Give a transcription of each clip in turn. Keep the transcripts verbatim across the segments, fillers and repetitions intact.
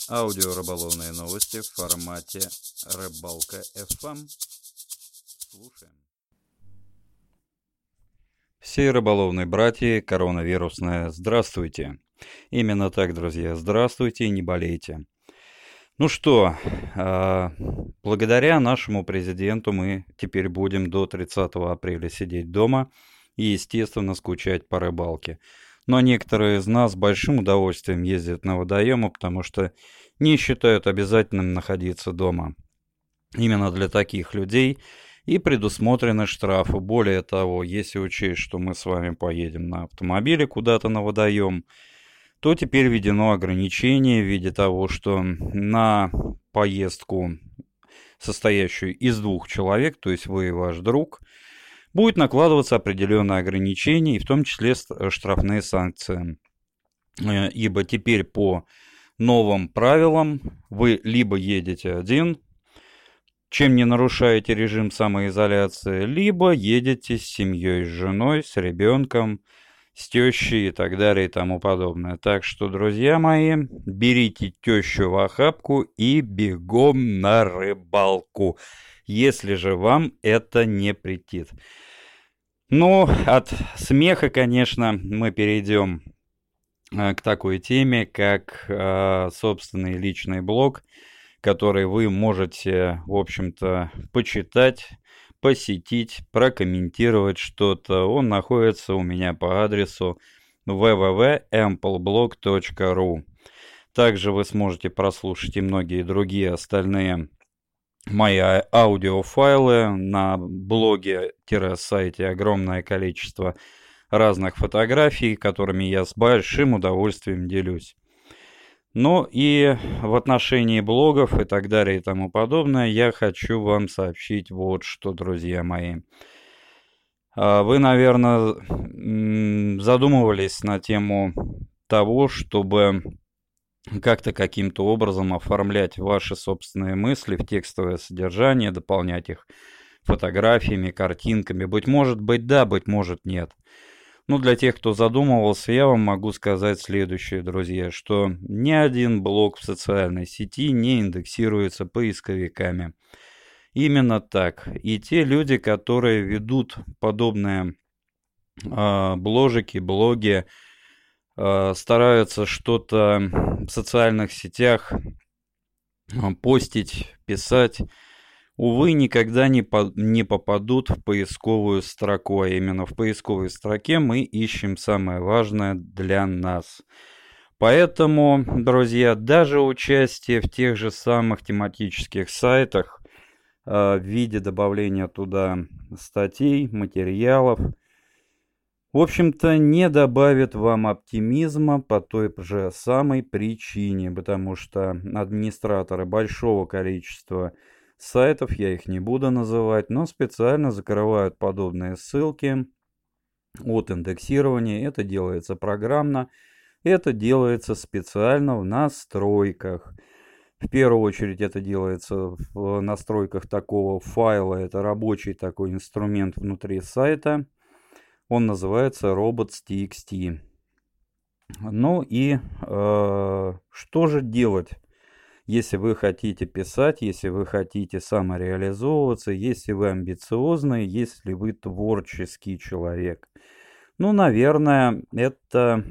Аудио-рыболовные новости в формате Рыбалка эф эм. Слушаем. Все рыболовные братья, коронавирусные, здравствуйте. Именно так, друзья, здравствуйте и не болейте. Ну что, а, благодаря нашему президенту мы теперь будем до тридцатого апреля сидеть дома и, естественно, скучать по рыбалке. Но некоторые из нас с большим удовольствием ездят на водоемы, потому что не считают обязательным находиться дома. Именно для таких людей и предусмотрены штрафы. Более того, если учесть, что мы с вами поедем на автомобиле куда-то на водоем, то теперь введено ограничение в виде того, что на поездку, состоящую из двух человек, то есть вы и ваш друг, будет накладываться определенное ограничение, и в том числе штрафные санкции. Ибо теперь по новым правилам вы либо едете один, чем не нарушаете режим самоизоляции, либо едете с семьей, с женой, с ребенком, с тещей и так далее и тому подобное. Так что, друзья мои, берите тещу в охапку и бегом на рыбалку, если же вам это не претит. Ну, от смеха, конечно, мы перейдем к такой теме, как э, собственный личный блог, который вы можете, в общем-то, почитать, посетить, прокомментировать что-то. Он находится у меня по адресу дабл ю дабл ю дабл ю точка эмплблог точка ру. Также вы сможете прослушать и многие другие остальные мои аудиофайлы. На блоге-сайте огромное количество разных фотографий, которыми я с большим удовольствием делюсь. Ну и в отношении блогов и так далее и тому подобное я хочу вам сообщить вот что, друзья мои. Вы, наверное, задумывались на тему того, чтобы как-то каким-то образом оформлять ваши собственные мысли в текстовое содержание, дополнять их фотографиями, картинками. Быть может быть да, быть может нет. Ну, для тех, кто задумывался, я вам могу сказать следующее, друзья, что ни один блог в социальной сети не индексируется поисковиками. Именно так. И те люди, которые ведут подобные э, бложики, блоги, э, стараются что-то в социальных сетях э, постить, писать, увы, никогда не, по, не попадут в поисковую строку, а именно в поисковой строке мы ищем самое важное для нас. Поэтому, друзья, даже участие в тех же самых тематических сайтах э, в виде добавления туда статей, материалов, в общем-то, не добавит вам оптимизма по той же самой причине, потому что администраторы большого количества сайтов, я их не буду называть, но специально закрывают подобные ссылки от индексирования. Это делается программно, это делается специально в настройках. В первую очередь это делается в настройках такого файла, это рабочий такой инструмент внутри сайта. Он называется robots.txt. Ну и э, что же делать? Если вы хотите писать, если вы хотите самореализовываться, если вы амбициозный, если вы творческий человек. Ну, наверное, это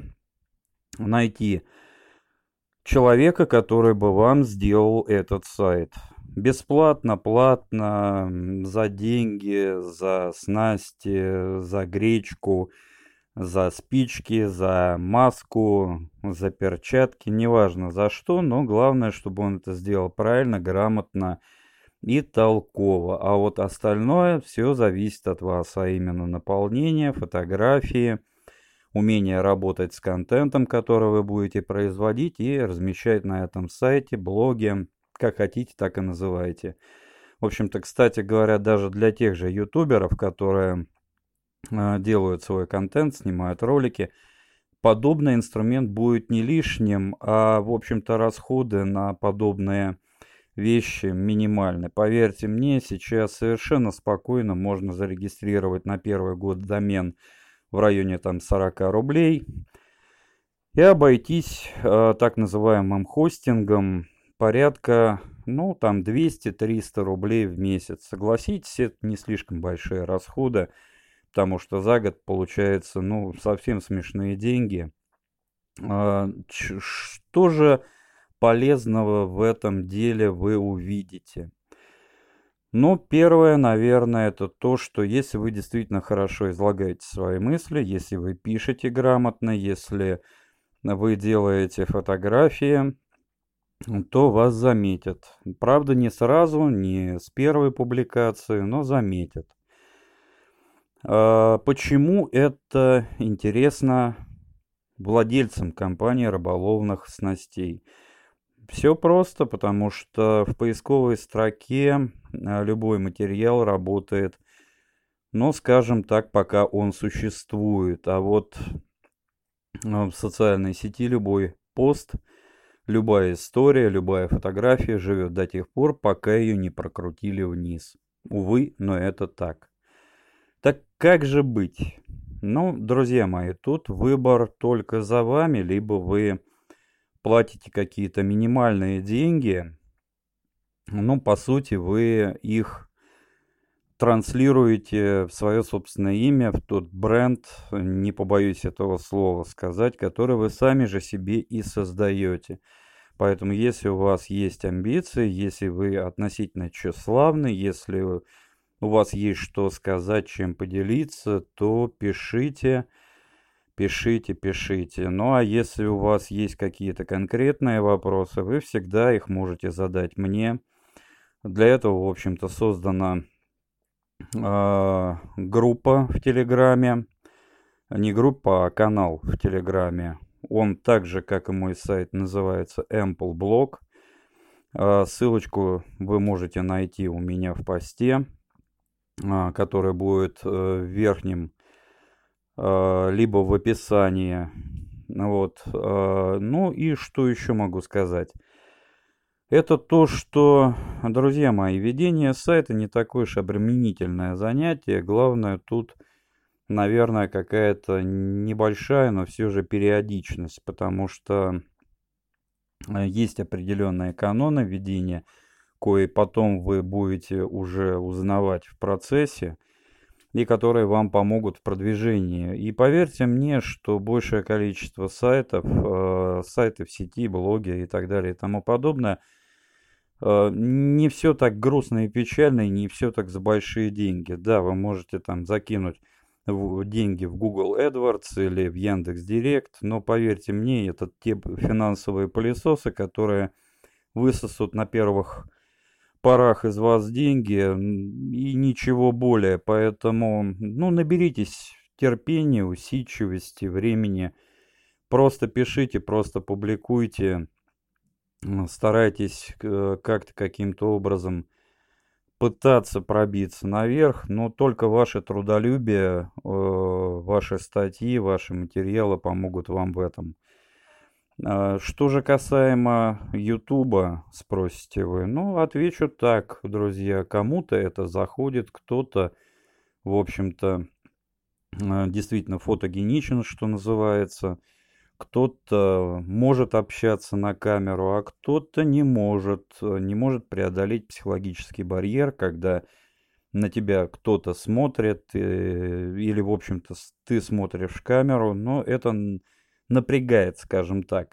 найти человека, который бы вам сделал этот сайт. Бесплатно, платно, за деньги, за снасти, за гречку, за спички, за маску, за перчатки, неважно за что, но главное, чтобы он это сделал правильно, грамотно и толково. А вот остальное все зависит от вас, а именно наполнение, фотографии, умение работать с контентом, который вы будете производить и размещать на этом сайте, блоге, как хотите, так и называйте. В общем-то, кстати говоря, даже для тех же ютуберов, которые делают свой контент, снимают ролики, подобный инструмент будет не лишним, а в общем-то расходы на подобные вещи минимальны. Поверьте мне, сейчас совершенно спокойно можно зарегистрировать на первый год домен в районе там сорок рублей. и обойтись э, так называемым хостингом порядка, ну, там двести-триста рублей в месяц. Согласитесь, это не слишком большие расходы, потому что за год получается, ну, совсем смешные деньги. А, ч- Что же полезного в этом деле вы увидите? Ну, первое, наверное, это то, что если вы действительно хорошо излагаете свои мысли, если вы пишете грамотно, если вы делаете фотографии, то вас заметят. Правда, не сразу, не с первой публикации, но заметят. А, Почему это интересно владельцам компании рыболовных снастей? Все просто, потому что в поисковой строке а, любой материал работает, ну, скажем так, пока он существует. А вот а, в социальной сети любой пост, любая история, любая фотография живет до тех пор, пока ее не прокрутили вниз. Увы, но это так. Так как же быть? Ну, друзья мои, тут выбор только за вами, либо вы платите какие-то минимальные деньги, ну, по сути, вы их транслируете в свое собственное имя, в тот бренд, не побоюсь этого слова сказать, который вы сами же себе и создаете. Поэтому, если у вас есть амбиции, если вы относительно тщеславны, если у вас есть что сказать, чем поделиться, то пишите, пишите, пишите. Ну а если у вас есть какие-то конкретные вопросы, вы всегда их можете задать мне. Для этого, в общем-то, создана э, группа в Телеграме. Не группа, а канал в Телеграме. Он так же, как и мой сайт, называется Ample Blog. Э, ссылочку вы можете найти у меня в посте, э, который будет э, в верхнем, э, либо в описании. Вот. Э, ну и что еще могу сказать? Это то, что, друзья мои, ведение сайта не такое уж обременительное занятие. Главное тут, наверное, какая-то небольшая, но все же периодичность, потому что э, есть определенные каноны ведения, кои потом вы будете уже узнавать в процессе, и которые вам помогут в продвижении. И поверьте мне, что большее количество сайтов, э, сайты в сети, блоги и так далее и тому подобное, э, не все так грустно и печально, и не все так за большие деньги. Да, вы можете там закинуть в- деньги в Google AdWords или в Яндекс.Директ, но поверьте мне, это те финансовые пылесосы, которые высосут на первых порах из вас деньги м, и ничего более. Поэтому, ну, наберитесь терпения, усидчивости, времени. Просто пишите, просто публикуйте. м, Старайтесь э, как-то каким-то образом пытаться пробиться наверх, но только ваше трудолюбие, э, ваши статьи, ваши материалы помогут вам в этом. А, Что же касаемо Ютуба, спросите вы? Ну, отвечу так, друзья. Кому-то это заходит, кто-то, в общем-то, э, действительно фотогеничен, что называется. Кто-то может общаться на камеру, а кто-то не может. э, Не может преодолеть психологический барьер, когда на тебя кто-то смотрит, э, или, в общем-то, с- ты смотришь в камеру, но это н- напрягает, скажем так.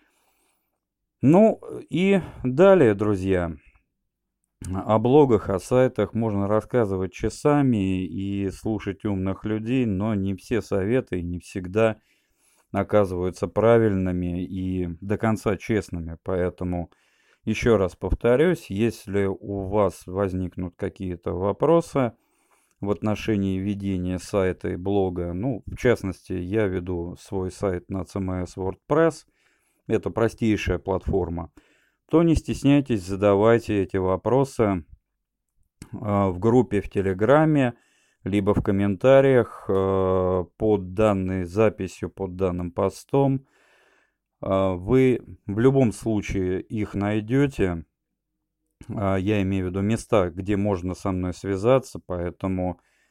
Ну и далее, друзья, о блогах, о сайтах можно рассказывать часами и слушать умных людей, но не все советы не всегда оказываются правильными и до конца честными. Поэтому еще раз повторюсь, если у вас возникнут какие-то вопросы в отношении ведения сайта и блога, ну, в частности, я веду свой сайт на си эм эс WordPress, это простейшая платформа, то не стесняйтесь, задавайте эти вопросы а, в группе в Телеграме, либо в комментариях а, под данной записью, под данным постом. А, Вы в любом случае их найдете. А, Я имею в виду места, где можно со мной связаться, поэтому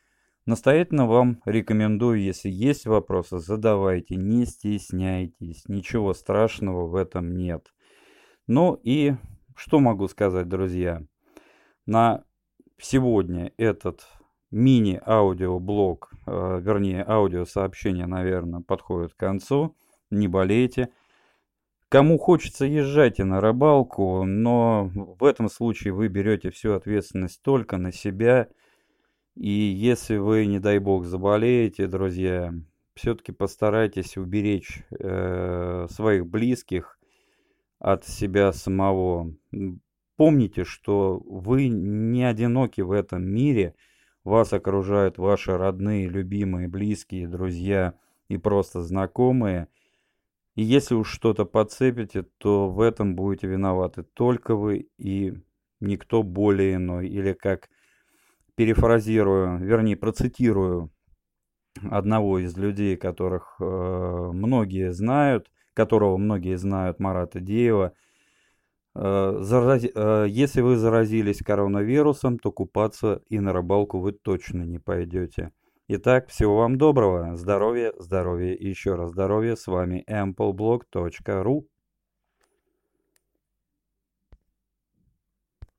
Настоятельно вам рекомендую, если есть вопросы, задавайте, не стесняйтесь, ничего страшного в этом нет. Ну и что могу сказать, друзья? На сегодня этот мини-аудиоблог, э, вернее, аудиосообщение, наверное, подходит к концу. Не болейте. Кому хочется, езжайте на рыбалку, но в этом случае вы берете всю ответственность только на себя. И если вы, не дай бог, заболеете, друзья, все-таки постарайтесь уберечь э, своих близких от себя самого. Помните, что вы не одиноки в этом мире. Вас окружают ваши родные, любимые, близкие, друзья и просто знакомые. И если уж что-то подцепите, то в этом будете виноваты только вы и никто более иной. Или как перефразирую, вернее, процитирую одного из людей, которых э, многие знают, которого многие знают, Марата Деева. Э, зарази, э, если вы заразились коронавирусом, то купаться и на рыбалку вы точно не пойдете. Итак, всего вам доброго, здоровья, здоровья и еще раз здоровья. С вами ample blog точка ru.